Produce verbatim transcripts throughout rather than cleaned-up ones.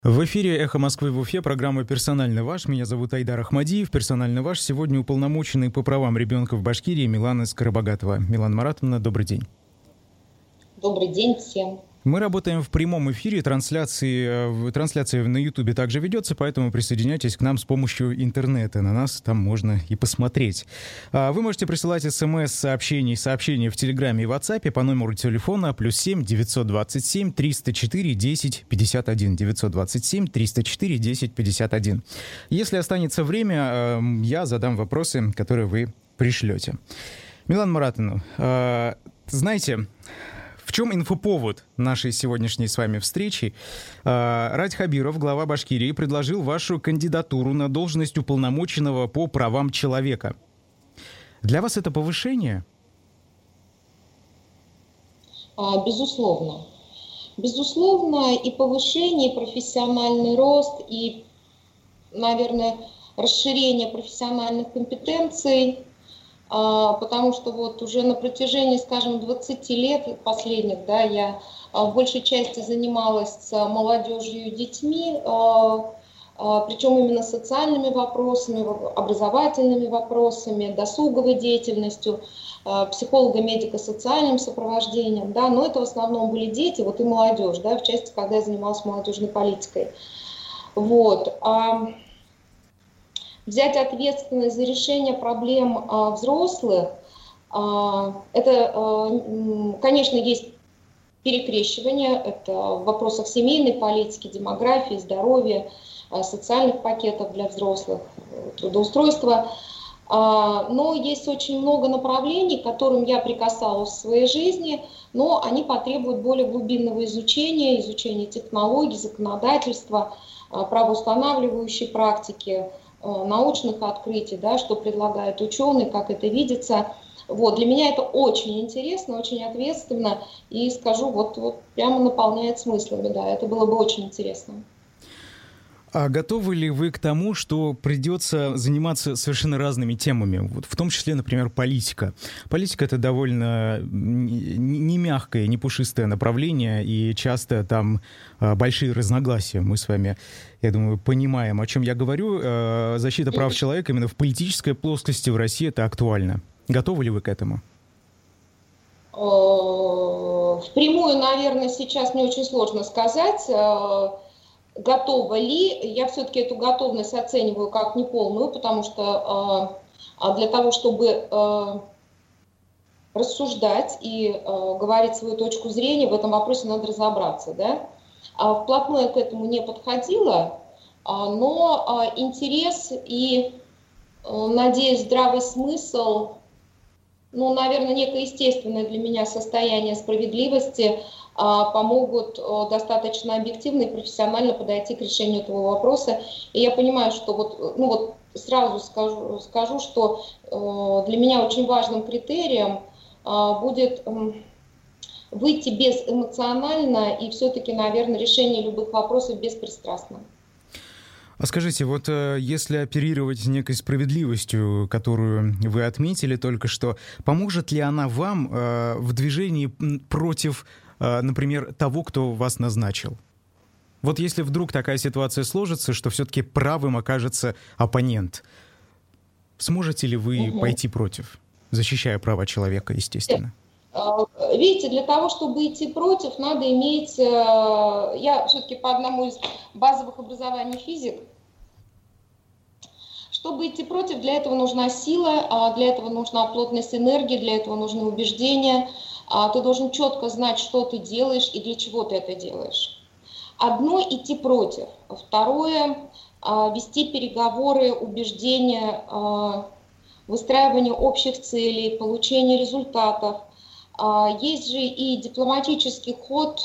В эфире «Эхо Москвы» в Уфе, программа «Персонально ваш». Меня зовут Айдар Ахмадиев. «Персонально ваш». Сегодня уполномоченный по правам ребенка в Башкирии Милана Скоробогатова. Милана Маратовна, добрый день. Добрый день всем. Мы работаем в прямом эфире, трансляции, трансляция на Ютубе также ведется, поэтому присоединяйтесь к нам с помощью интернета. На нас там можно и посмотреть. Вы можете присылать смс-сообщения и сообщения в Телеграме и WhatsApp по номеру телефона плюс семь девятьсот двадцать семь триста четыре десять пятьдесят один. девятьсот двадцать семь триста четыре десять пятьдесят один. Если останется время, я задам вопросы, которые вы пришлете. Милана Маратовна, знаете... В чем инфоповод нашей сегодняшней с вами встречи? Радь Хабиров, глава Башкирии, предложил вашу кандидатуру на должность уполномоченного по правам человека. Для вас это повышение? Безусловно. Безусловно, и повышение, и профессиональный рост, и, наверное, расширение профессиональных компетенций. Потому что вот уже на протяжении, скажем, двадцати лет последних, да, я в большей части занималась с молодежью и детьми, причем именно социальными вопросами, образовательными вопросами, досуговой деятельностью, психолого-медико-социальным сопровождением, да, но это в основном были дети, вот и молодежь, да, в части, когда я занималась молодежной политикой. Вот. Взять ответственность за решение проблем а, взрослых, а, это, а, конечно, есть перекрещивание, это в вопросах семейной политики, демографии, здоровья, а, социальных пакетов для взрослых, трудоустройства. А, но есть очень много направлений, к которым я прикасалась в своей жизни, но они потребуют более глубинного изучения, изучения технологий, законодательства, а, правоустанавливающей практики, научных открытий, да, что предлагают ученые, как это видится. Вот, для меня это очень интересно, очень ответственно, и скажу, вот, вот прямо наполняет смыслами, да, это было бы очень интересно. А готовы ли вы к тому, что придется заниматься совершенно разными темами, вот в том числе, например, политика? Политика — это довольно не мягкое, не пушистое направление, и часто там большие разногласия. Мы с вами, я думаю, понимаем, о чем я говорю. Защита прав человека именно в политической плоскости в России — это актуально. Готовы ли вы к этому? Впрямую, наверное, сейчас мне очень сложно сказать. Готова ли? Я все-таки эту готовность оцениваю как неполную, потому что э, для того, чтобы э, рассуждать и э, говорить свою точку зрения, в этом вопросе надо разобраться. Да? А вплотную я к этому не подходила, а, но а, интерес и, а, надеюсь, здравый смысл, ну, наверное, некое естественное для меня состояние справедливости помогут достаточно объективно и профессионально подойти к решению этого вопроса. И я понимаю, что вот, ну вот сразу скажу, скажу, что для меня очень важным критерием будет выйти безэмоционально и все-таки, наверное, решение любых вопросов беспристрастно. А скажите, вот если оперировать некой справедливостью, которую вы отметили только что, поможет ли она вам в движении против, например, того, кто вас назначил? Вот если вдруг такая ситуация сложится, что все-таки правым окажется оппонент, сможете ли вы угу. пойти против, защищая права человека, естественно? Видите, для того, чтобы идти против, надо иметь... Я все-таки по одному из базовых образований физик. Чтобы идти против, для этого нужна сила, для этого нужна плотность энергии, для этого нужны убеждения. Ты должен четко знать, что ты делаешь и для чего ты это делаешь. Одно — идти против. Второе — вести переговоры, убеждения, выстраивание общих целей, получение результатов. Есть же и дипломатический ход,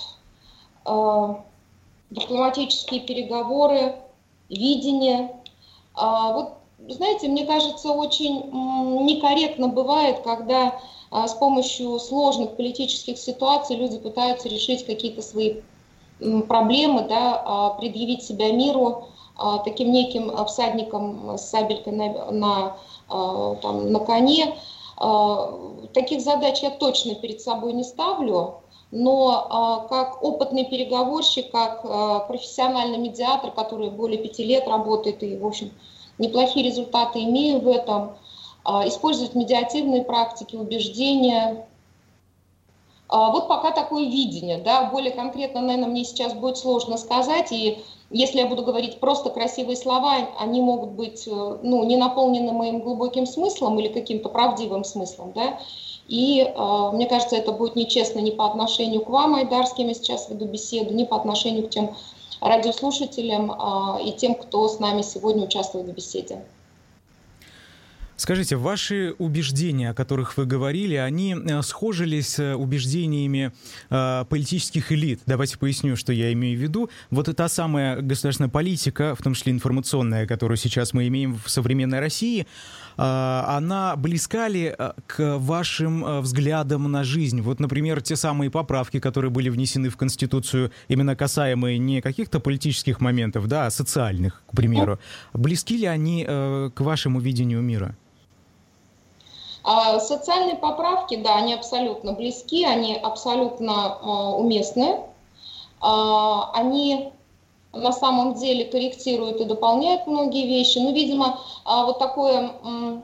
дипломатические переговоры, видение. Вот, знаете, мне кажется, очень некорректно бывает, когда с помощью сложных политических ситуаций люди пытаются решить какие-то свои проблемы, да, предъявить себя миру таким неким всадником с сабелькой на, на, там, на коне. Таких задач я точно перед собой не ставлю, но как опытный переговорщик, как профессиональный медиатор, который более пяти лет работает и, в общем, неплохие результаты имею в этом, использовать медиативные практики, убеждения. Вот пока такое видение, да, более конкретно, наверное, мне сейчас будет сложно сказать, и если я буду говорить просто красивые слова, они могут быть, ну, не наполнены моим глубоким смыслом или каким-то правдивым смыслом, да, и э, мне кажется, это будет нечестно ни по отношению к вам, Айдар, с кем я сейчас веду беседу, ни по отношению к тем радиослушателям э, и тем, кто с нами сегодня участвует в беседе. Скажите, ваши убеждения, о которых вы говорили, они схожи ли с убеждениями э, политических элит? Давайте поясню, что я имею в виду. Вот та самая государственная политика, в том числе информационная, которую сейчас мы имеем в современной России, э, она близка ли к вашим взглядам на жизнь? Вот, например, те самые поправки, которые были внесены в Конституцию, именно касаемые не каких-то политических моментов, да, а социальных, к примеру. Близки ли они э, к вашему видению мира? Социальные поправки, да, они абсолютно близки, они абсолютно э, уместны. Э, они на самом деле корректируют и дополняют многие вещи. Ну, видимо, э, вот такое, э,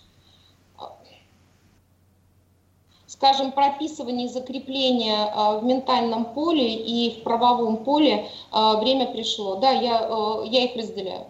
скажем, прописывание и закрепление э, в ментальном поле и в правовом поле э, время пришло. Да, я, э, я их разделяю.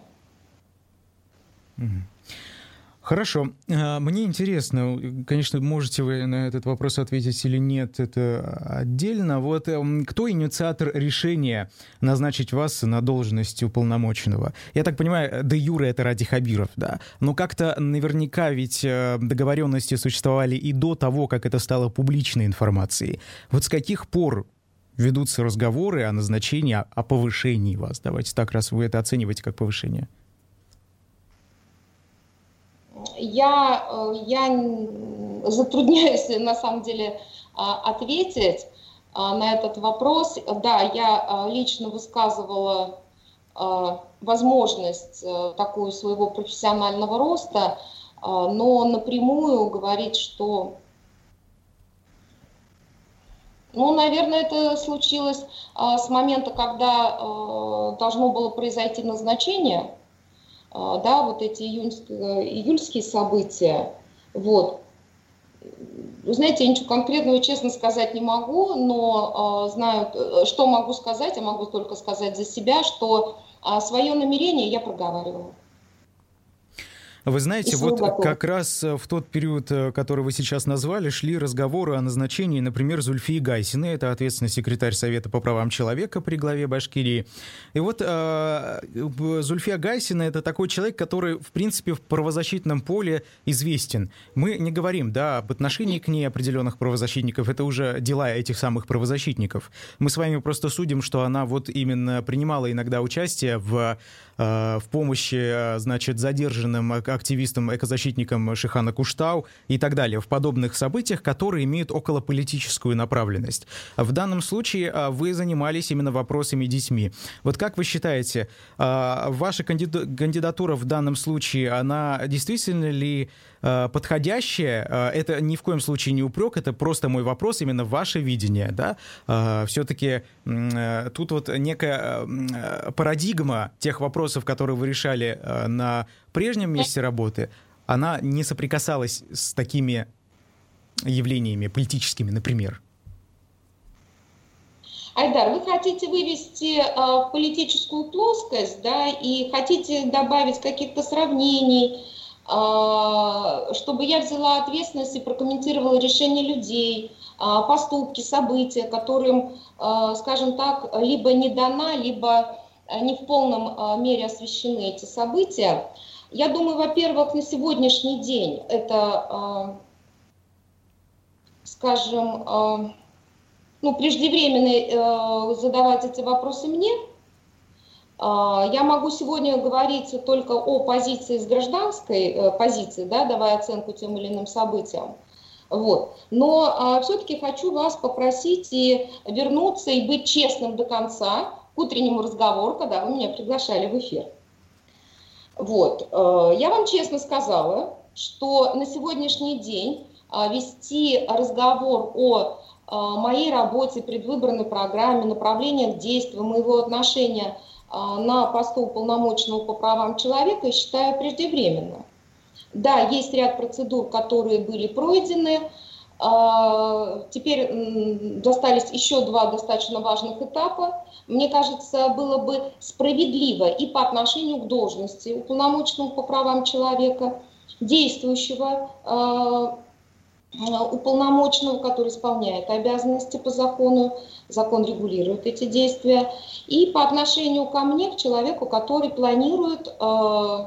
Хорошо. Мне интересно, конечно, можете вы на этот вопрос ответить или нет, это отдельно. Вот кто инициатор решения назначить вас на должность уполномоченного? Я так понимаю, де юре это Ради Хабиров, да. Но как-то наверняка ведь договоренности существовали и до того, как это стало публичной информацией. Вот с каких пор ведутся разговоры о назначении, о повышении вас? Давайте так, раз вы это оцениваете как повышение. Я, я затрудняюсь, на самом деле, ответить на этот вопрос. Да, я лично высказывала возможность такую своего профессионального роста, но напрямую говорить, что, ну, наверное, это случилось с момента, когда должно было произойти назначение. Да, вот эти июньские, июльские события, вот. Вы знаете, я ничего конкретного, честно сказать, не могу, но э, знаю, что могу сказать, я могу только сказать за себя, что э, свое намерение я проговаривала. Вы знаете, вот как раз в тот период, который вы сейчас назвали, шли разговоры о назначении, например, Зульфии Гайсиной, это ответственный секретарь Совета по правам человека при главе Башкирии. И вот э, Зульфия Гайсина — это такой человек, который, в принципе, в правозащитном поле известен. Мы не говорим, да, об отношении к ней определенных правозащитников, это уже дела этих самых правозащитников. Мы с вами просто судим, что она вот именно принимала иногда участие в, э, в помощи, значит, задержанным активистам, экозащитникам Шихана Куштау и так далее, в подобных событиях, которые имеют околополитическую направленность. В данном случае вы занимались именно вопросами детьми. Вот как вы считаете, ваша кандидатура в данном случае, она действительно ли подходящая? Это ни в коем случае не упрек, это просто мой вопрос, именно ваше видение, да? Все-таки тут вот некая парадигма тех вопросов, которые вы решали на прежнем месте работы, она не соприкасалась с такими явлениями политическими, например. Айдар, вы хотите вывести э, в политическую плоскость, да, и хотите добавить каких-то сравнений, э, чтобы я взяла ответственность и прокомментировала решения людей, э, поступки, события, которым, э, скажем так, либо не дана, либо не в полном э, мере освещены эти события. Я думаю, во-первых, на сегодняшний день это, скажем, ну, преждевременно задавать эти вопросы мне. Я могу сегодня говорить только о позиции с гражданской позиции, да, давая оценку тем или иным событиям. Вот. Но все-таки хочу вас попросить и вернуться и быть честным до конца к утреннему разговору, когда вы меня приглашали в эфир. Вот. Я вам честно сказала, что на сегодняшний день вести разговор о моей работе, предвыборной программе, направлениях действия, моего отношения на посту уполномоченного по правам человека я считаю преждевременным. Да, есть ряд процедур, которые были пройдены. Теперь достались еще два достаточно важных этапа. Мне кажется, было бы справедливо и по отношению к должности уполномоченного по правам человека, действующего уполномоченного, который исполняет обязанности по закону, закон регулирует эти действия, и по отношению ко мне, к человеку, который планирует э,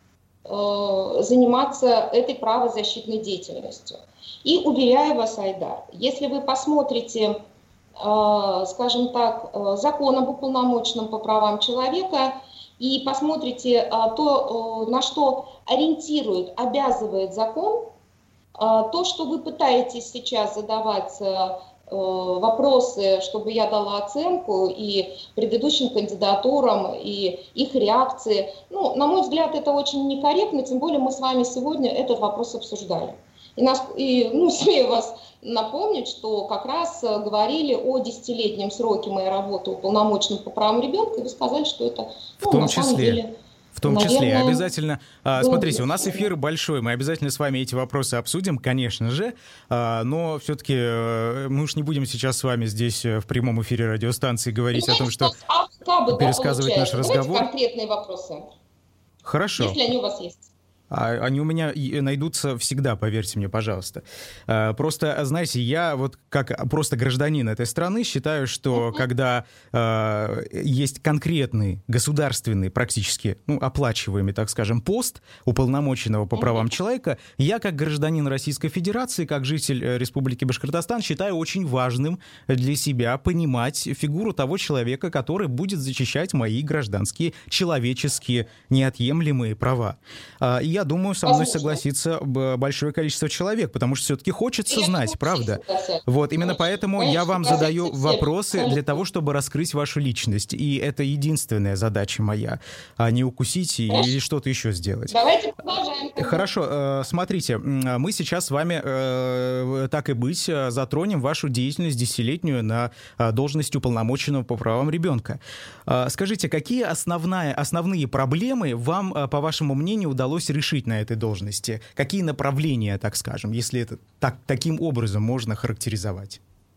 э, заниматься этой правозащитной деятельностью. И уверяю вас, Айдар, если вы посмотрите, э, скажем так, э, закон об уполномоченном по правам человека и посмотрите э, то, э, на что ориентирует, обязывает закон, то, что вы пытаетесь сейчас задавать вопросы, чтобы я дала оценку и предыдущим кандидатурам, и их реакции, ну, на мой взгляд, это очень некорректно, тем более мы с вами сегодня этот вопрос обсуждали. И, нас, и ну, смею вас напомнить, что как раз говорили о десятилетнем сроке моей работы уполномоченным по правам ребенка, и вы сказали, что это, ну, в том на числе. самом деле... В том Наверное, числе, обязательно, а, смотрите, у нас да. эфир большой, мы обязательно с вами эти вопросы обсудим, конечно же, а, но все-таки мы уж не будем сейчас с вами здесь в прямом эфире радиостанции говорить Понимаете, о том, что кабы, пересказывать да, наш разговор. Давайте конкретные вопросы. Хорошо. Если они у вас есть. Они у меня найдутся всегда, поверьте мне, пожалуйста. Просто, знаете, я вот как просто гражданин этой страны считаю, что uh-huh. когда э, есть конкретный государственный, практически, ну, оплачиваемый, так скажем, пост уполномоченного по правам uh-huh. человека, я как гражданин Российской Федерации, как житель Республики Башкортостан, считаю очень важным для себя понимать фигуру того человека, который будет защищать мои гражданские, человеческие, неотъемлемые права. Я Я думаю, со мной согласится большое количество человек, потому что все-таки хочется я знать, правда? Вот, именно поэтому Конечно, я вам задаю вопросы Конечно. для того, чтобы раскрыть вашу личность. И это единственная задача моя, а не укусить и, или что-то еще сделать. Давайте продолжаем. Хорошо, смотрите, мы сейчас с вами, так и быть, затронем вашу деятельность десятилетнюю на должности уполномоченного по правам ребенка. Скажите, какие основная, основные проблемы вам, по вашему мнению, удалось решить на этой должности? Какие направления, так скажем, если это так, таким образом можно характеризовать?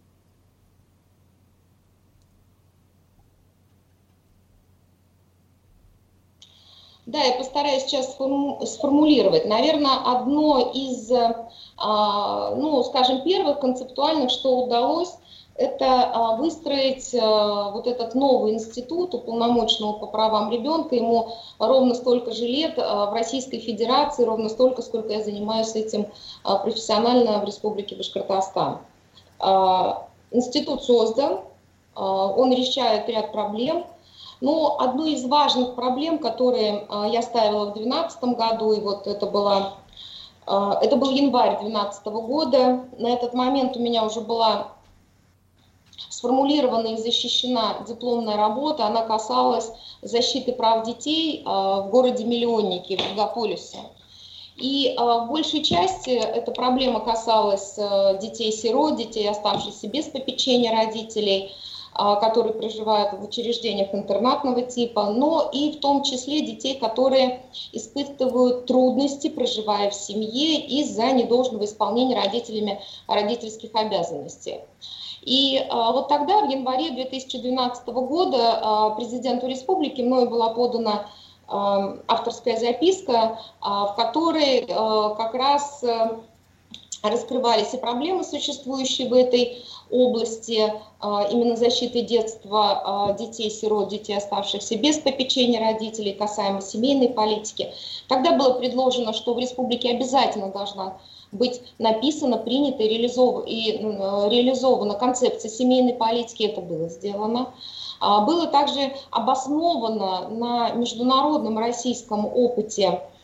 Да, я постараюсь сейчас сформулировать. Наверное, одно из, ну, скажем, первых концептуальных, что удалось, это выстроить вот этот новый институт уполномоченного по правам ребенка. Ему ровно столько же лет в Российской Федерации, ровно столько, сколько я занимаюсь этим профессионально в Республике Башкортостан. Институт создан, он решает ряд проблем. Но одну из важных проблем, которые я ставила в две тысячи двенадцатом году, и вот это была, это был январь две тысячи двенадцатого года, на этот момент у меня уже была сформулирована и защищена дипломная работа, она касалась защиты прав детей в городе-миллионнике, в мегаполисе. И в большей части эта проблема касалась детей-сирот, детей, оставшихся без попечения родителей, которые проживают в учреждениях интернатного типа, но и в том числе детей, которые испытывают трудности, проживая в семье из-за недолжного исполнения родителями родительских обязанностей. И а, вот тогда, в январе две тысячи двенадцатого года, а, президенту республики мною была подана а, авторская записка, а, в которой а, как раз а, раскрывались и проблемы, существующие в этой области, а, именно защиты детства а, детей-сирот, детей, оставшихся без попечения родителей, касаемо семейной политики. Тогда было предложено, что в республике обязательно должна быть написана, принята и реализована, и реализована концепция семейной политики, это было сделано. Было также обосновано на международном российском опыте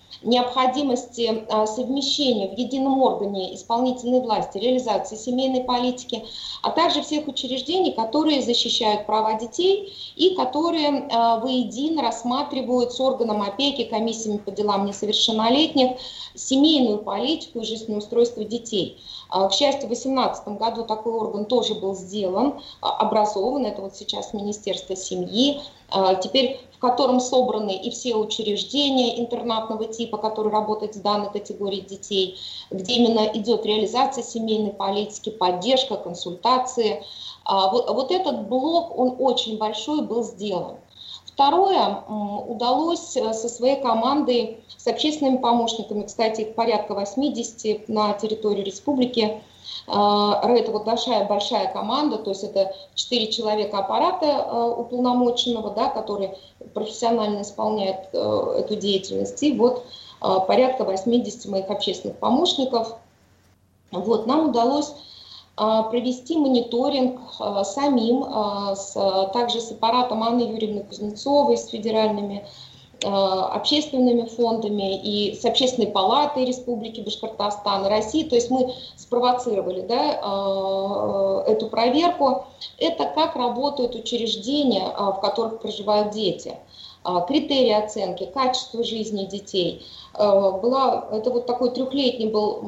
необходимости совмещения в едином органе исполнительной власти, реализации семейной политики, а также всех учреждений, которые защищают права детей и которые воедино рассматривают с органом опеки, комиссиями по делам несовершеннолетних семейную политику и жизнеустройство детей. К счастью, в две тысячи восемнадцатом году такой орган тоже был сделан, образован, это вот сейчас Министерство семьи, теперь в котором собраны и все учреждения интернатного типа, которые работают с данной категорией детей, где именно идет реализация семейной политики, поддержка, консультации. Вот, вот этот блок, он очень большой, был сделан. Второе, удалось со своей командой, с общественными помощниками, кстати, их порядка восьмидесяти на территории республики, это вот большая-большая команда, то есть это четыре человека аппарата уполномоченного, да, которые профессионально исполняют эту деятельность, и вот порядка восьмидесяти моих общественных помощников. Вот, нам удалось провести мониторинг самим, с, также с аппаратом Анны Юрьевны Кузнецовой, с федеральными общественными фондами и с Общественной палатой Республики Башкортостан, России. То есть мы спровоцировали, да, эту проверку. Это как работают учреждения, в которых проживают дети. Критерии оценки, качество жизни детей. Была, это вот такой трехлетний был,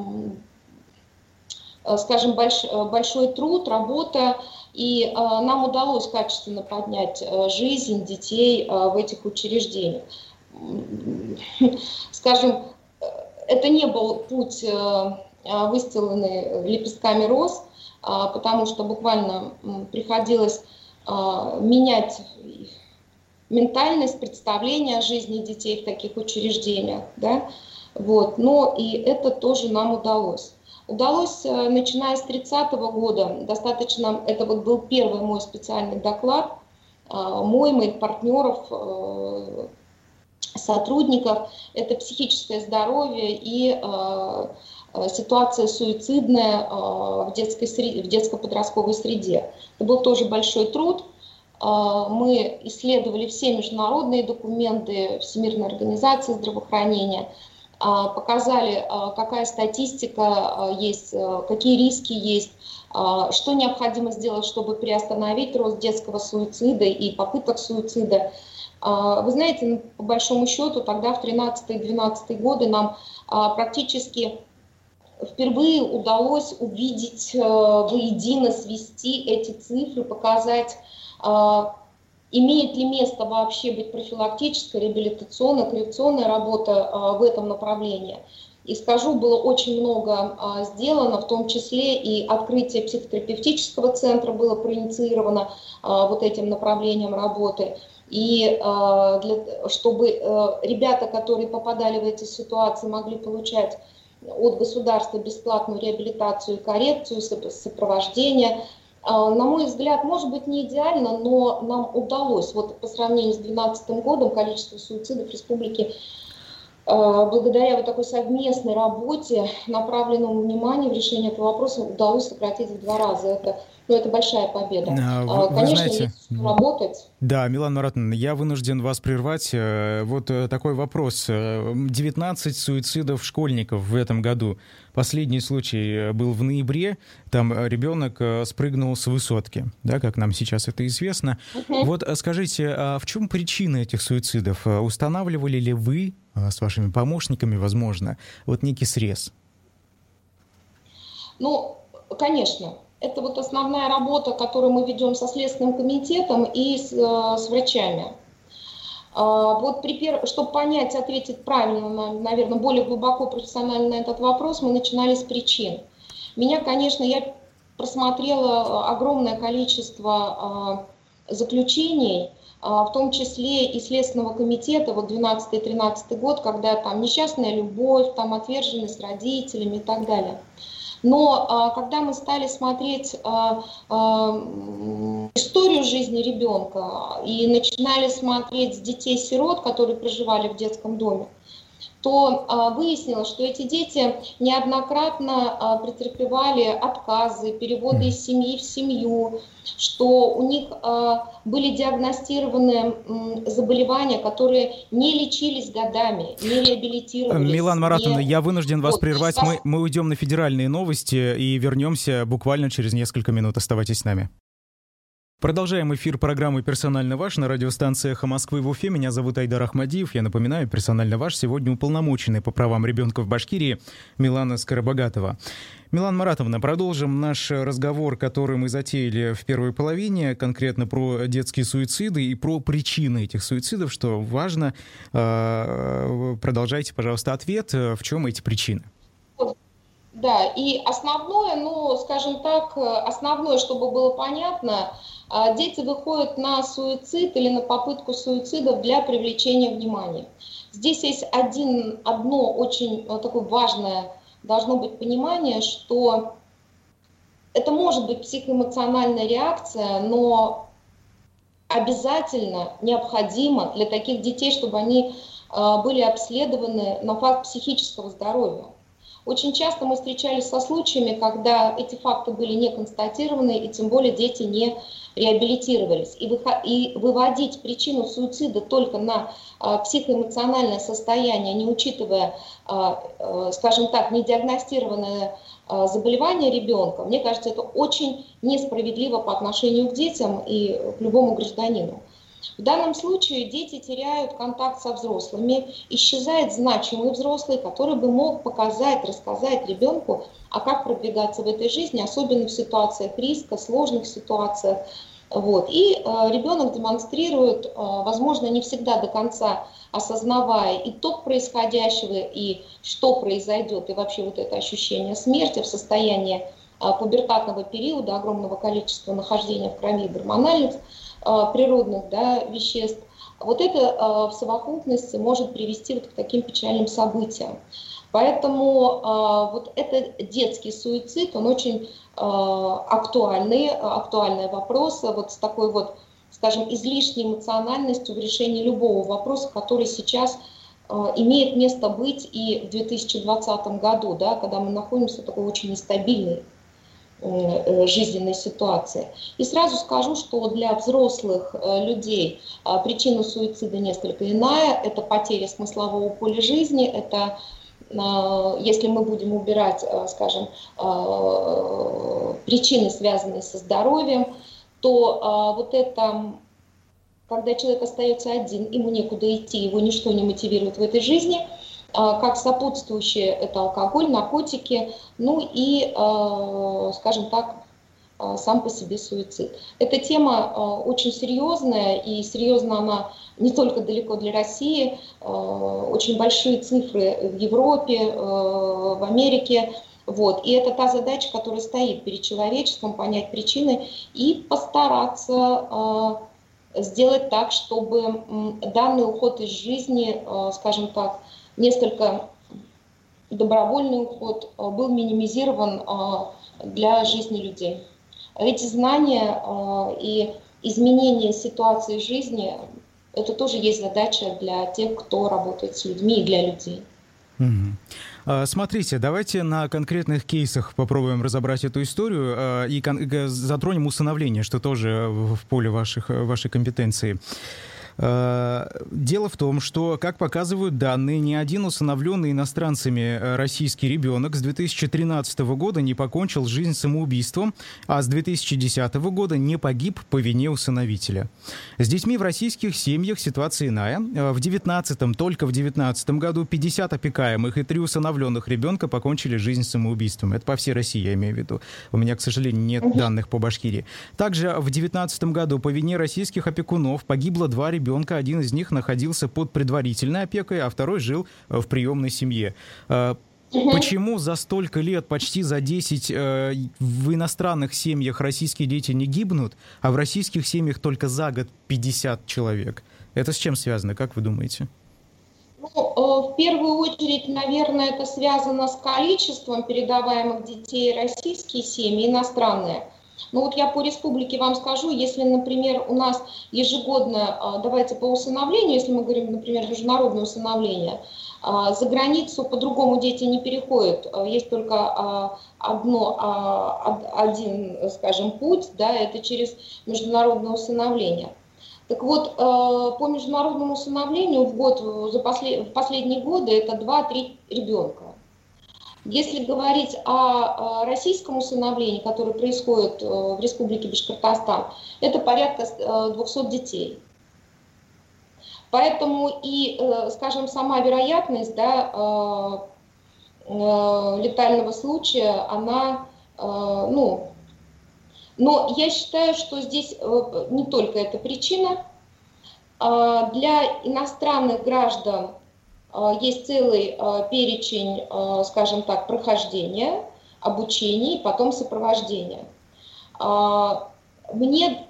скажем, больш, большой труд, работа, и э, нам удалось качественно поднять э, жизнь детей э, в этих учреждениях. Скажем, это не был путь э, выстиранный лепестками роз, э, потому что буквально э, приходилось э, менять ментальность, представление о жизни детей в таких учреждениях, да? Вот. Но и это тоже нам удалось. Удалось, начиная с тридцатого года, достаточно, это вот был первый мой специальный доклад, мой, моих партнеров, сотрудников, это психическое здоровье и ситуация суицидная в детской среде, в детско-подростковой среде. Это был тоже большой труд. Мы исследовали все международные документы Всемирной организации здравоохранения, показали, какая статистика есть, какие риски есть, что необходимо сделать, чтобы приостановить рост детского суицида и попыток суицида. Вы знаете, по большому счету, тогда в тринадцатый-двенадцатый годы нам практически впервые удалось увидеть, воедино свести эти цифры, показать, имеет ли место вообще быть профилактическая, реабилитационная, коррекционная работа а, в этом направлении. И скажу, было очень много а, сделано, в том числе и открытие психотерапевтического центра было проинициировано а, вот этим направлением работы. И а, для, чтобы а, ребята, которые попадали в эти ситуации, могли получать от государства бесплатную реабилитацию и коррекцию, сопровождение. На мой взгляд, может быть, не идеально, но нам удалось, вот по сравнению с две тысячи двенадцатым годом, количество суицидов в республике, благодаря вот такой совместной работе, направленному вниманию в решение этого вопроса, удалось сократить в два раза. Это, ну, это большая победа. Вы, Конечно, вы знаете, есть работать. Да, Милана Маратовна, я вынужден вас прервать. Вот такой вопрос. девятнадцать суицидов школьников в этом году. Последний случай был в ноябре. Там ребенок спрыгнул с высотки, да, как нам сейчас это известно. Uh-huh. Вот скажите, а в чем причина этих суицидов? Устанавливали ли вы с вашими помощниками, возможно, вот некий срез? Ну, конечно. Это вот основная работа, которую мы ведем со Следственным комитетом и с, с врачами. Вот при, чтобы понять, ответить правильно, наверное, более глубоко, профессионально на этот вопрос, мы начинали с причин. Меня, конечно, я просмотрела огромное количество заключений, в том числе и Следственного комитета, вот двенадцатый-тринадцатый год, когда там несчастная любовь, там отверженность родителями и так далее. Но а, когда мы стали смотреть а, а, историю жизни ребенка и начинали смотреть с детей-сирот, которые проживали в детском доме, то а, выяснилось, что эти дети неоднократно а, претерпевали отказы, переводы из семьи в семью, что у них а, были диагностированы м, заболевания, которые не лечились годами, не реабилитировались. Милана Маратовна, не... я вынужден вас вот, прервать. есть... Мы, мы уйдем на федеральные новости и вернемся буквально через несколько минут. Оставайтесь с нами. Продолжаем эфир программы «Персонально ваш» на радиостанции «Эхо Москвы» в Уфе. Меня зовут Айдар Ахмадиев. Я напоминаю, «Персонально ваш» сегодня уполномоченный по правам ребенка в Башкирии Милана Скоробогатова. Милана Маратовна, продолжим наш разговор, который мы затеяли в первой половине, конкретно про детские суициды и про причины этих суицидов, что важно. Продолжайте, пожалуйста, ответ. В чем эти причины? Да, и основное, ну, скажем так, основное, чтобы было понятно, дети выходят на суицид или на попытку суицида для привлечения внимания. Здесь есть один, одно очень такое важное должно быть понимание, что это может быть психоэмоциональная реакция, но обязательно необходимо для таких детей, чтобы они были обследованы на факт психического здоровья. Очень часто мы встречались со случаями, когда эти факты были не констатированы, и тем более дети не реабилитировались. И, выход... и выводить причину суицида только на а, психоэмоциональное состояние, не учитывая, а, а, скажем так, недиагностированное а, заболевание ребенка, мне кажется, это очень несправедливо по отношению к детям и к любому гражданину. В данном случае дети теряют контакт со взрослыми, исчезает значимый взрослый, который бы мог показать, рассказать ребенку, а как продвигаться в этой жизни, особенно в ситуациях риска, сложных ситуациях. Вот. И э, ребенок демонстрирует, э, возможно, не всегда до конца осознавая итог происходящего и что произойдет, и вообще вот это ощущение смерти в состоянии э, пубертатного периода, огромного количества нахождения в крови гормональных природных, да, веществ, вот это э, в совокупности может привести вот к таким печальным событиям. Поэтому э, вот этот детский суицид, он очень э, актуальный, актуальный вопрос, вот с такой вот, скажем, излишней эмоциональностью в решении любого вопроса, который сейчас э, имеет место быть и в две тысячи двадцатом году, да, когда мы находимся в такой очень нестабильной жизненной ситуации. И сразу скажу, что для взрослых людей причина суицида несколько иная. Это потеря смыслового поля жизни, это, если мы будем убирать, скажем, причины, связанные со здоровьем, то вот это, когда человек остается один, ему некуда идти, его ничто не мотивирует в этой жизни, как сопутствующие это алкоголь, наркотики, ну и, скажем так, сам по себе суицид. Эта тема очень серьезная, и серьезна она не только далеко для России, очень большие цифры в Европе, в Америке. Вот. И это та задача, которая стоит перед человечеством, понять причины и постараться сделать так, чтобы данный уход из жизни, скажем так, несколько добровольный уход был минимизирован для жизни людей. Эти знания и изменение ситуации жизни – это тоже есть задача для тех, кто работает с людьми и для людей. Mm-hmm. Смотрите, давайте на конкретных кейсах попробуем разобрать эту историю и затронем усыновление, что тоже в поле ваших, вашей компетенции. Дело в том, что, как показывают данные, ни один усыновленный иностранцами российский ребенок с две тысячи тринадцатого года не покончил жизнь самоубийством, а с две тысячи десятого года не погиб по вине усыновителя. С детьми в российских семьях ситуация иная. В девятнадцатом, только в девятнадцатом году пятьдесят опекаемых и три усыновленных ребенка покончили жизнь самоубийством. Это по всей России, я имею в виду. У меня, к сожалению, нет данных по Башкирии. Также в девятнадцатом году по вине российских опекунов погибло два ребенка. Ребенка. Один из них находился под предварительной опекой, а второй жил в приемной семье. Почему за столько лет, почти за десять, в иностранных семьях российские дети не гибнут, а в российских семьях только за год пятьдесят человек? Это с чем связано, как вы думаете? Ну, в первую очередь, наверное, это связано с количеством передаваемых детей российские семьи, иностранные. Ну вот я по республике вам скажу, если, например, у нас ежегодно, давайте по усыновлению, если мы говорим, например, международное усыновление, за границу по-другому дети не переходят, есть только одно, один, скажем, путь, да, это через международное усыновление. Так вот, по международному усыновлению в год, за послед, в последние годы это два-три ребенка. Если говорить о российском усыновлении, которое происходит в Республике Башкортостан, это порядка двухсот детей. Поэтому и, скажем, сама вероятность, да, летального случая, она, ну, но я считаю, что здесь не только эта причина. Для иностранных граждан есть целый перечень, скажем так, прохождения, обучения и потом сопровождения. Мне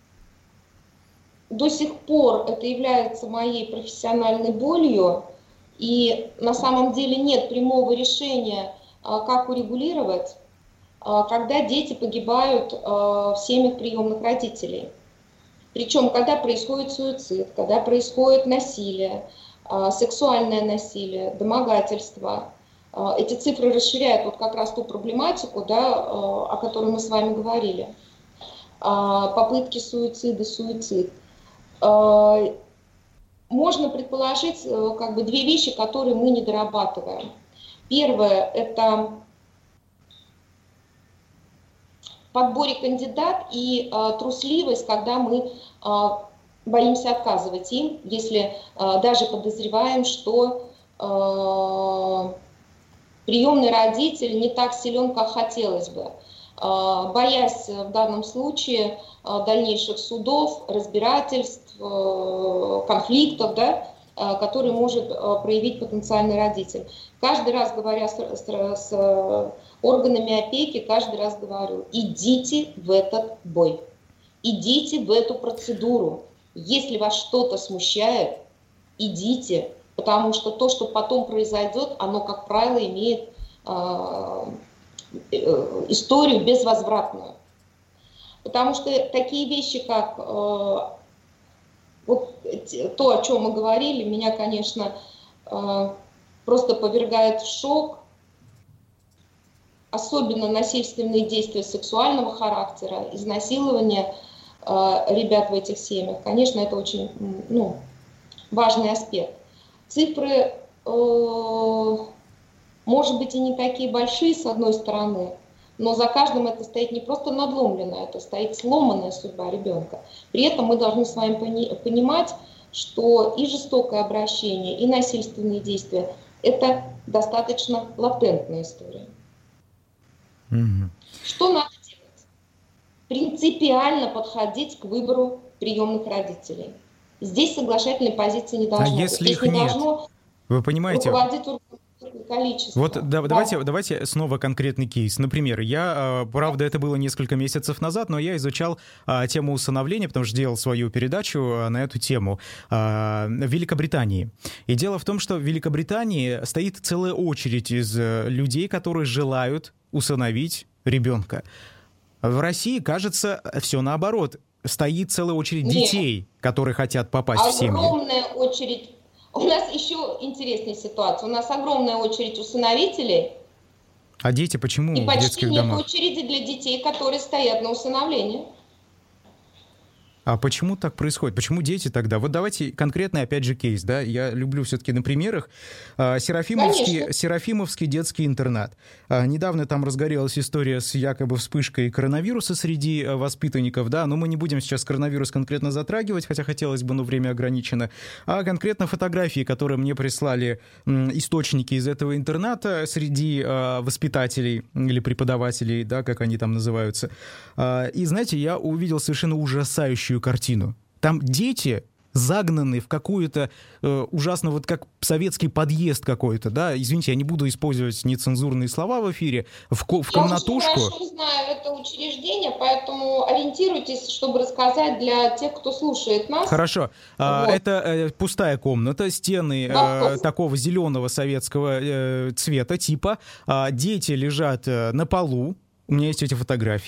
до сих пор это является моей профессиональной болью, и на самом деле нет прямого решения, как урегулировать, когда дети погибают в семьях приемных родителей. Причем, когда происходит суицид, когда происходит насилие, сексуальное насилие, домогательство. Эти цифры расширяют вот как раз ту проблематику, да, о которой мы с вами говорили. Попытки суицида, суицид. Можно предположить как бы две вещи, которые мы не дорабатываем. Первое – это в подборе кандидат и трусливость, когда мы боимся отказывать им, если э, даже подозреваем, что э, приемный родитель не так силен, как хотелось бы, э, боясь в данном случае э, дальнейших судов, разбирательств, э, конфликтов, да, э, которые может э, проявить потенциальный родитель. Каждый раз, говоря с, с, с органами опеки, каждый раз говорю: идите в этот бой, идите в эту процедуру. Если вас что-то смущает, идите, потому что то, что потом произойдет, оно, как правило, имеет э, э, историю безвозвратную. Потому что такие вещи, как э, вот то, о чем мы говорили, меня, конечно, э, просто повергает в шок. Особенно насильственные действия сексуального характера, изнасилование ребят в этих семьях. Конечно, это очень, ну, важный аспект. Цифры, э, может быть, и не такие большие, с одной стороны, но за каждым это стоит не просто надломленная, это стоит сломанная судьба ребенка. При этом мы должны с вами пони- понимать, что и жестокое обращение, и насильственные действия – это достаточно латентная история. Mm-hmm. Что надо делать? Принципиально подходить к выбору приемных родителей. Здесь соглашательной позиции не должно быть. А если Здесь их не нет? Должно Вы понимаете? Руководить количество. Вот да, давайте, давайте снова конкретный кейс. Например, я, правда, это было несколько месяцев назад, но я изучал а, тему усыновления, потому что делал свою передачу на эту тему а, в Великобритании. И дело в том, что в Великобритании стоит целая очередь из людей, которые желают усыновить ребенка. В России, кажется, все наоборот. Стоит целая очередь детей, Нет. которые хотят попасть Огромная в семьи. Огромная очередь. У нас еще интересная ситуация. У нас огромная очередь усыновителей. А дети почему и в детских домах? И почти нет очереди для детей, которые стоят на усыновлении. А почему так происходит? Почему дети тогда? Вот давайте конкретный, опять же, кейс, да? Я люблю все-таки на примерах. Серафимовский, Серафимовский детский интернат. Недавно там разгорелась история с якобы вспышкой коронавируса среди воспитанников, да? Но мы не будем сейчас коронавирус конкретно затрагивать, хотя хотелось бы, но время ограничено. А конкретно фотографии, которые мне прислали источники из этого интерната среди воспитателей или преподавателей, да, как они там называются. И, знаете, я увидел совершенно ужасающую картину. Там дети загнаны в какую-то э, ужасно, вот как советский подъезд какой-то, да, извините, я не буду использовать нецензурные слова в эфире, в, ко- в комнатушку. Я очень хорошо знаю это учреждение, поэтому ориентируйтесь, чтобы рассказать для тех, кто слушает нас. Хорошо. Вот. А, это э, пустая комната, стены э, такого зеленого советского э, цвета, типа. А, дети лежат э, на полу. У меня есть эти фотографии.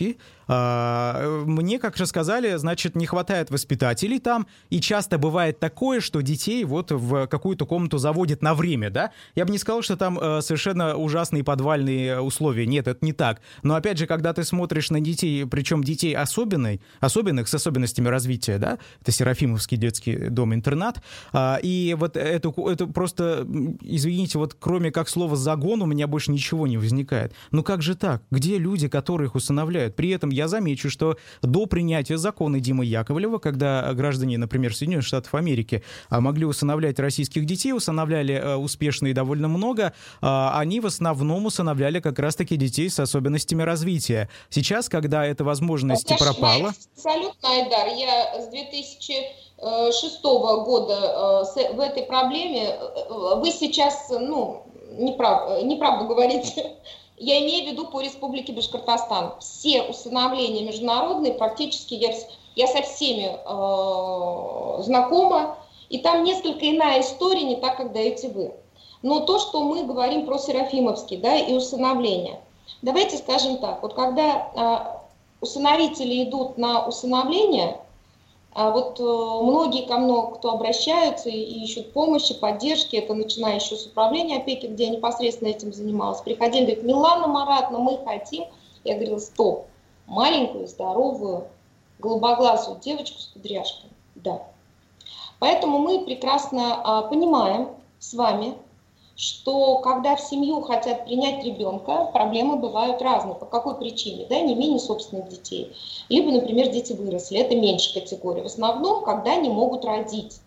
Мне, как рассказали, значит, не хватает воспитателей там, и часто бывает такое, что детей вот в какую-то комнату заводят на время, да? Я бы не сказал, что там совершенно ужасные подвальные условия. Нет, это не так. Но, опять же, когда ты смотришь на детей, причем детей особенной, особенных, с особенностями развития, да, это Серафимовский детский дом-интернат, и вот это, это просто, извините, вот кроме как слова «загон» у меня больше ничего не возникает. Ну как же так? Где люди, которые их усыновляют? При этом я замечу, что до принятия закона Димы Яковлева, когда граждане, например, Соединенных Штатов Америки могли усыновлять российских детей, усыновляли успешно и довольно много, они в основном усыновляли как раз-таки детей с особенностями развития. Сейчас, когда эта возможность я пропала... Абсолютно, Айдар. Я с две тысячи шестого года в этой проблеме. Вы сейчас, ну, неправ, неправду говорите. Я имею в виду по Республике Башкортостан. Все усыновления международные, практически я, я со всеми э, знакома, и там несколько иная история, не так, как даете вы. Но то, что мы говорим про Серафимовский, да, и усыновление. Давайте скажем так, вот когда э, усыновители идут на усыновление, а вот э, многие ко мне, кто обращаются и, и ищут помощи, поддержки, это начиная еще с управления опеки, где я непосредственно этим занималась, приходили, говорят: Милана Маратовна, мы хотим. Я говорила: стоп, маленькую, здоровую, голубоглазую девочку с кудряшками. Да. Поэтому мы прекрасно а, понимаем с вами, что когда в семью хотят принять ребенка, проблемы бывают разные. По какой причине? Да, не имение собственных детей. Либо, например, дети выросли. Это меньшая категория. В основном, когда не могут родить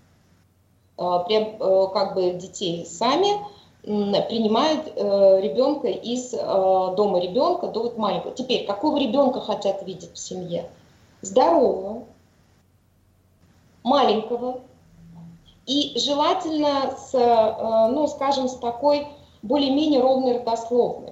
как бы детей сами, принимают ребенка из дома ребенка до вот маленького. Теперь, какого ребенка хотят видеть в семье? Здорового, маленького, и желательно с, ну, скажем, с такой более-менее ровной родословной.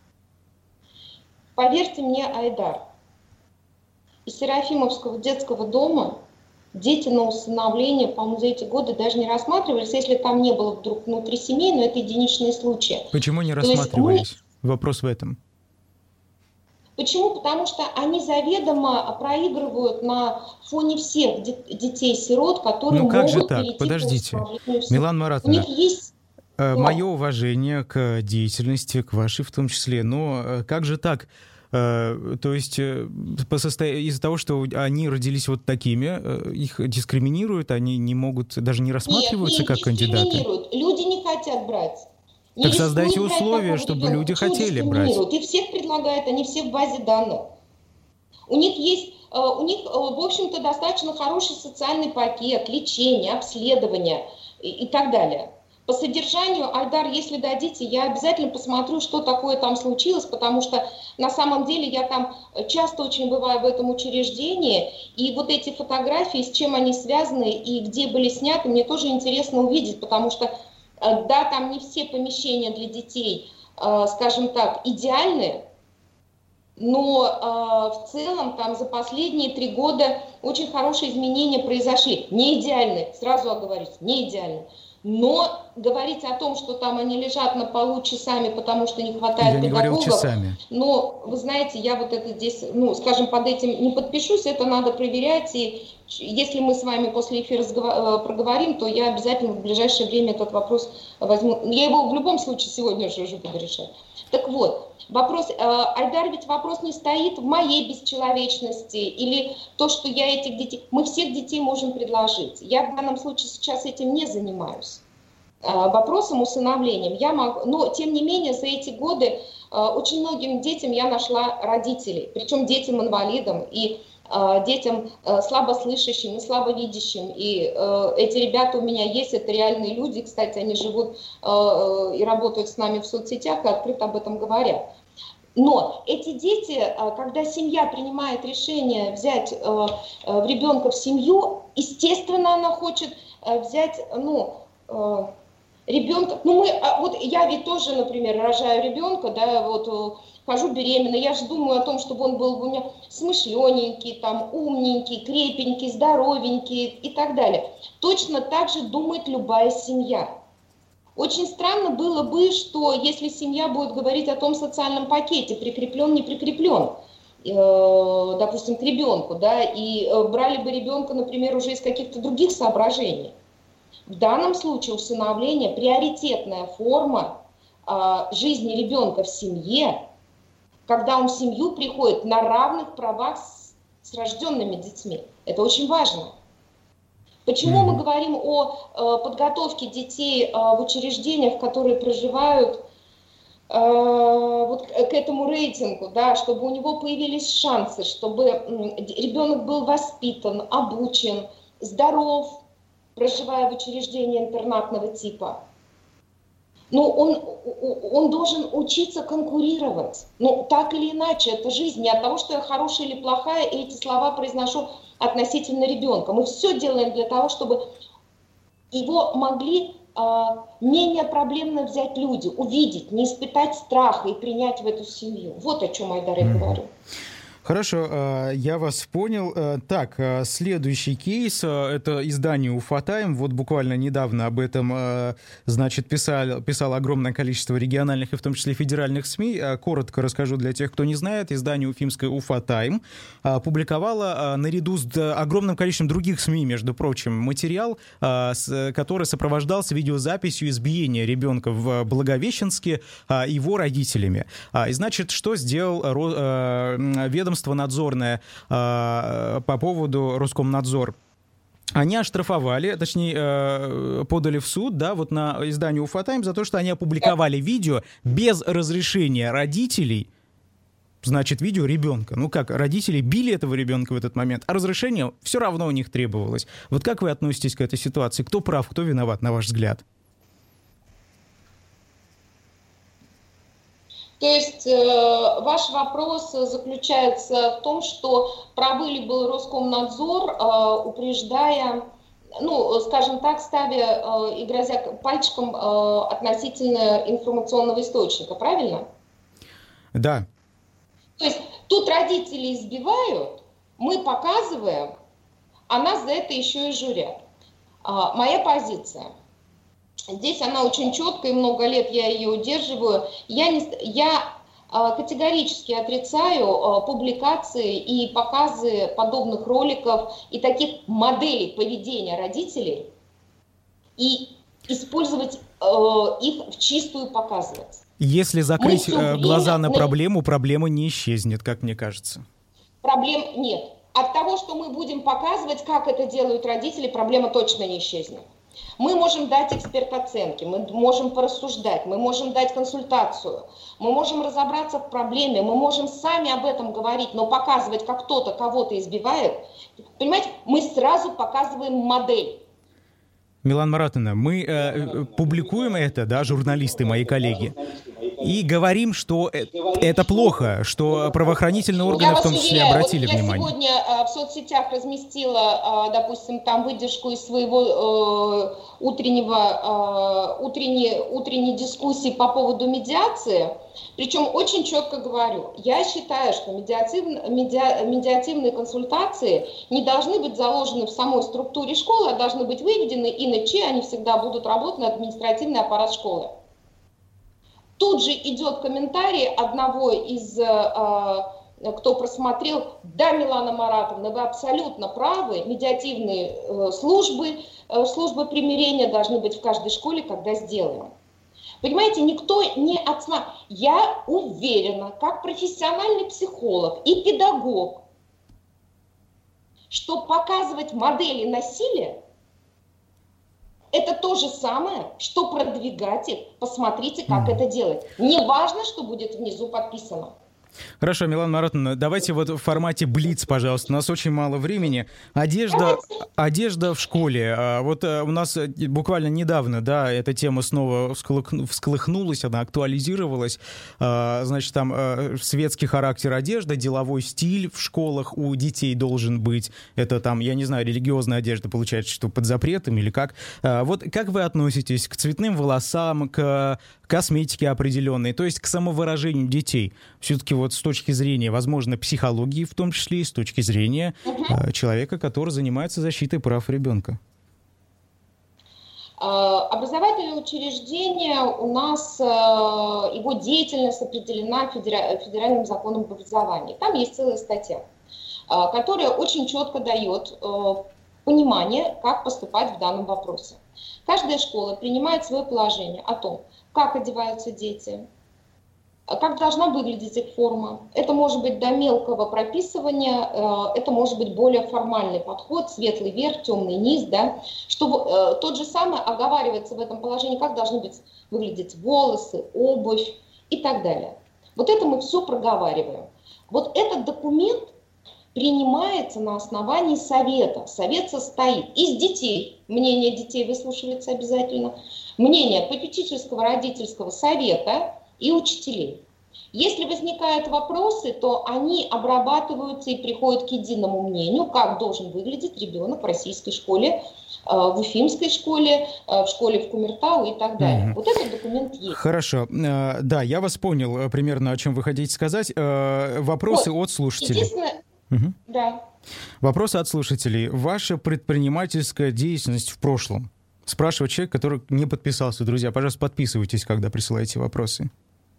Поверьте мне, Айдар, из Серафимовского детского дома дети на усыновление, по-моему, за эти годы даже не рассматривались, если там не было вдруг внутрисемейного, это единичные случаи. Почему не рассматривались? Мы... Вопрос в этом. Почему? Потому что они заведомо проигрывают на фоне всех детей-сирот, которые ну, как могут же так? перейти Подождите. по усыновлению. Милана Маратовна, у них есть... мое уважение к деятельности, к вашей в том числе, но как же так? То есть по состо... из-за того, что они родились вот такими, их дискриминируют, они не могут, даже не рассматриваются Нет, как кандидаты? Люди не хотят брать. Не так создайте условия, чтобы ребенка. люди Почему хотели брать. И всех предлагают, они все в базе данных. У них есть, у них, в общем-то, достаточно хороший социальный пакет, лечение, обследование и, и так далее. По содержанию, Айдар, если дадите, я обязательно посмотрю, что такое там случилось, потому что на самом деле я там часто очень бываю в этом учреждении, и вот эти фотографии, с чем они связаны и где были сняты, мне тоже интересно увидеть, потому что, да, там не все помещения для детей, скажем так, идеальны, но в целом там за последние три года очень хорошие изменения произошли. Не идеальны, сразу оговорюсь, не идеальны. Но говорить о том, что там они лежат на полу часами, потому что не хватает я не педагогов, говорил часами. Но вы знаете, я вот это здесь, ну, скажем, под этим не подпишусь, это надо проверять, и если мы с вами после эфира проговорим, то я обязательно в ближайшее время этот вопрос возьму. Я его в любом случае сегодня же уже буду решать. Так вот, вопрос, Айдар, ведь вопрос не стоит в моей бесчеловечности или то, что я этих детей... Мы всех детей можем предложить. Я в данном случае сейчас этим не занимаюсь. Вопросом усыновлением. Я могу... Но, тем не менее, за эти годы очень многим детям я нашла родителей. Причем детям-инвалидам и детям слабослышащим и слабовидящим. И эти ребята у меня есть, это реальные люди. Кстати, они живут и работают с нами в соцсетях и открыто об этом говорят. Но эти дети, когда семья принимает решение взять ребенка в семью, естественно, она хочет взять, ну, ребенка. Ну, мы, вот я ведь тоже, например, рожаю ребенка, да, вот хожу беременна, я же думаю о том, чтобы он был у меня смышлененький, там, умненький, крепенький, здоровенький и так далее. Точно так же думает любая семья. Очень странно было бы, что если семья будет говорить о том социальном пакете, прикреплен, не прикреплен, допустим, к ребенку, да, и брали бы ребенка, например, уже из каких-то других соображений. В данном случае усыновление – приоритетная форма жизни ребенка в семье, когда он в семью приходит на равных правах с, с рожденными детьми. Это очень важно. Почему мы говорим о э, подготовке детей э, в учреждениях, которые проживают э, вот к этому рейтингу, да, чтобы у него появились шансы, чтобы э, ребенок был воспитан, обучен, здоров, проживая в учреждении интернатного типа. Но он, он должен учиться конкурировать. Ну, так или иначе, это жизнь. Не от того, что я хорошая или плохая, и эти слова произношу относительно ребенка. Мы все делаем для того, чтобы его могли а, менее проблемно взять люди, увидеть, не испытать страха и принять в эту семью. Вот о чем Айдар и говорю. Хорошо, я вас понял. Так, следующий кейс — это издание «Уфатайм». Вот буквально недавно об этом, значит, писали, писало огромное количество региональных и в том числе федеральных СМИ. Коротко расскажу для тех, кто не знает. Издание уфимское «Уфатайм» публиковало наряду с огромным количеством других СМИ, между прочим, материал, который сопровождался видеозаписью избиения ребенка в Благовещенске его родителями. И, значит, что сделал ведомство надзорное э, по поводу Роскомнадзор? Они оштрафовали, точнее, э, подали в суд, да, вот на издание «Уфатайм» за то, что они опубликовали видео без разрешения родителей, значит, видео ребенка. Ну как, родители били этого ребенка в этот момент, а разрешение все равно у них требовалось. Вот как вы относитесь к этой ситуации? Кто прав, кто виноват, на ваш взгляд? То есть э, ваш вопрос заключается в том, что правы ли был Роскомнадзор, э, упреждая, ну, скажем так, ставя э, и грозя пальчиком э, относительно информационного источника, правильно? Да. То есть тут родители избивают, мы показываем, а нас за это еще и журят. А, моя позиция. Здесь она очень четкая, и много лет я ее удерживаю. Я, не, я э, категорически отрицаю э, публикации и показы подобных роликов и таких моделей поведения родителей и использовать э, их в чистую показывать. Если закрыть глаза на проблему, проблема не исчезнет, как мне кажется. Проблем нет. От того, что мы будем показывать, как это делают родители, проблема точно не исчезнет. Мы можем дать эксперт-оценки, мы можем порассуждать, мы можем дать консультацию, мы можем разобраться в проблеме, мы можем сами об этом говорить, но показывать, как кто-то кого-то избивает, понимаете, мы сразу показываем модель. Милана Маратовна, мы э, публикуем это, да, журналисты, мои коллеги, и говорим, что это плохо, что правоохранительные органы в том числе уверяю, обратили вот я внимание. Я сегодня а, в соцсетях разместила, а, допустим, там выдержку из своего а, утреннего, а, утренней, утренней дискуссии по поводу медиации. Причем очень четко говорю, я считаю, что медиатив, медиа, медиативные консультации не должны быть заложены в самой структуре школы, а должны быть выведены, иначе они всегда будут работать на административный аппарат школы. Тут же идет комментарий одного из, э, кто просмотрел: да, Милана Маратовна, вы абсолютно правы, медиативные э, службы, э, службы примирения должны быть в каждой школе, когда сделаем. Понимаете, никто не отсма... Я уверена, как профессиональный психолог и педагог, что показывать модели насилия — это то же самое, что продвигать их. Посмотрите, как mm. это делать. Не важно, что будет внизу подписано. Хорошо, Милана Маратовна, давайте вот в формате блиц, пожалуйста. У нас очень мало времени. Одежда, одежда в школе. Вот у нас буквально недавно, да, эта тема снова всколыхнулась, она актуализировалась. Значит, там светский характер одежды, деловой стиль в школах у детей должен быть. Это там, я не знаю, религиозная одежда, получается, что под запретом или как. Вот как вы относитесь к цветным волосам, к косметике определенной, то есть к самовыражению детей? Все-таки вот с точки зрения, возможно, психологии, в том числе и с точки зрения uh-huh. человека, который занимается защитой прав ребенка. Образовательное учреждение у нас, его деятельность определена федеральным законом об образовании. Там есть целая статья, которая очень четко дает понимание, как поступать в данном вопросе. Каждая школа принимает свое положение о том, как одеваются дети, как должна выглядеть их форма. Это может быть до мелкого прописывания, это может быть более формальный подход, светлый верх, темный низ, да, что тот же самый оговаривается в этом положении, как должны быть выглядеть волосы, обувь и так далее. Вот это мы все проговариваем. Вот этот документ принимается на основании совета. Совет состоит из детей, мнение детей выслушивается обязательно, мнение попечительского родительского совета и учителей. Если возникают вопросы, то они обрабатываются и приходят к единому мнению, как должен выглядеть ребенок в российской школе, в уфимской школе, в школе в Кумертау и так далее. Mm-hmm. Вот этот документ есть. Хорошо. Да, я вас понял примерно, о чем вы хотите сказать. Вопросы вот. От слушателей. Единственное... Угу. Да. Вопросы от слушателей. Ваша предпринимательская деятельность в прошлом? Спрашивает человек, который не подписался. Друзья, пожалуйста, подписывайтесь, когда присылаете вопросы.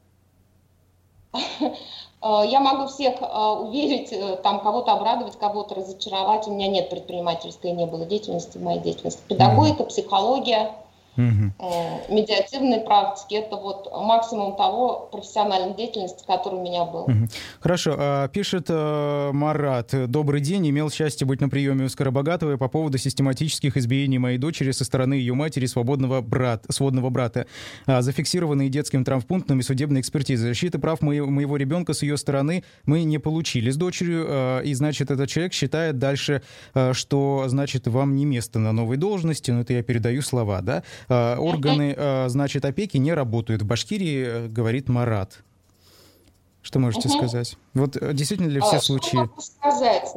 Я могу всех уверить, там кого-то обрадовать, кого-то разочаровать. У меня нет предпринимательской, не было деятельности в моей деятельности. Педагогика, психология, угу. медиативные практики. Это вот максимум того профессиональной деятельности, которая у меня была. Угу. Хорошо. Пишет Марат. Добрый день. Имел счастье быть на приеме у Скоробогатовой по поводу систематических избиений моей дочери со стороны ее матери свободного брат, сводного брата, зафиксированные детским травмпунктом и судебной экспертизой. Защиты прав моего, моего ребенка с ее стороны мы не получили с дочерью. И, значит, этот человек считает дальше, что, значит, вам не место на новой должности. Но это я передаю слова, да? Органы, значит, опеки не работают в Башкирии, говорит Марат. Что можете угу. сказать? Вот действительно ли все а, случаи... Что могу сказать?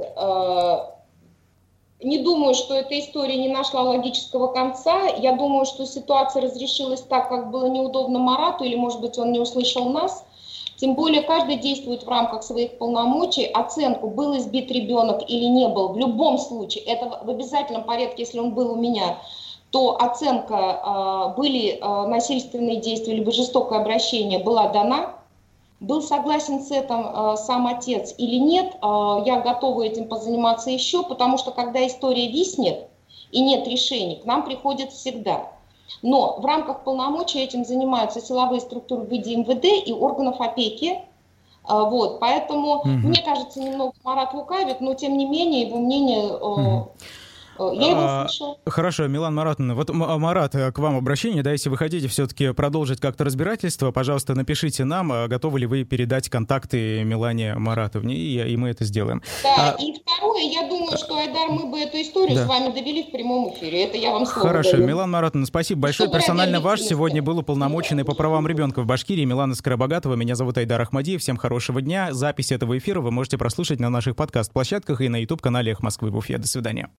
Не думаю, что эта история не нашла логического конца. Я думаю, что ситуация разрешилась так, как было неудобно Марату, или, может быть, он не услышал нас. Тем более, каждый действует в рамках своих полномочий. Оценку, был избит ребенок или не был, в любом случае, это в обязательном порядке, если он был у меня, то оценка, были насильственные действия, либо жестокое обращение, была дана. Был согласен с этим сам отец или нет, я готова этим позаниматься еще, потому что когда история виснет и нет решений, к нам приходят всегда. Но в рамках полномочий этим занимаются силовые структуры в виде эм вэ дэ и органов опеки. Вот, поэтому, угу. мне кажется, немного Марат лукавит, но тем не менее его мнение... Угу. Я его слышала. А, хорошо, Милана Маратовна, вот, Марат, к вам обращение, да, если вы хотите все-таки продолжить как-то разбирательство, пожалуйста, напишите нам, готовы ли вы передать контакты Милане Маратовне, и, и мы это сделаем. Да, а... и второе, я думаю, что, Айдар, мы бы эту историю да. с вами довели в прямом эфире, это я вам слово Хорошо, даю. Милана Маратовна, спасибо большое, что персонально ваш сегодня был уполномоченный по правам ребенка в Башкирии Милана Скоробогатова, меня зовут Айдар Ахмадиев, всем хорошего дня, запись этого эфира вы можете прослушать на наших подкаст-площадках и на YouTube-канале «Эхо Москвы» в Уфе. До свидания.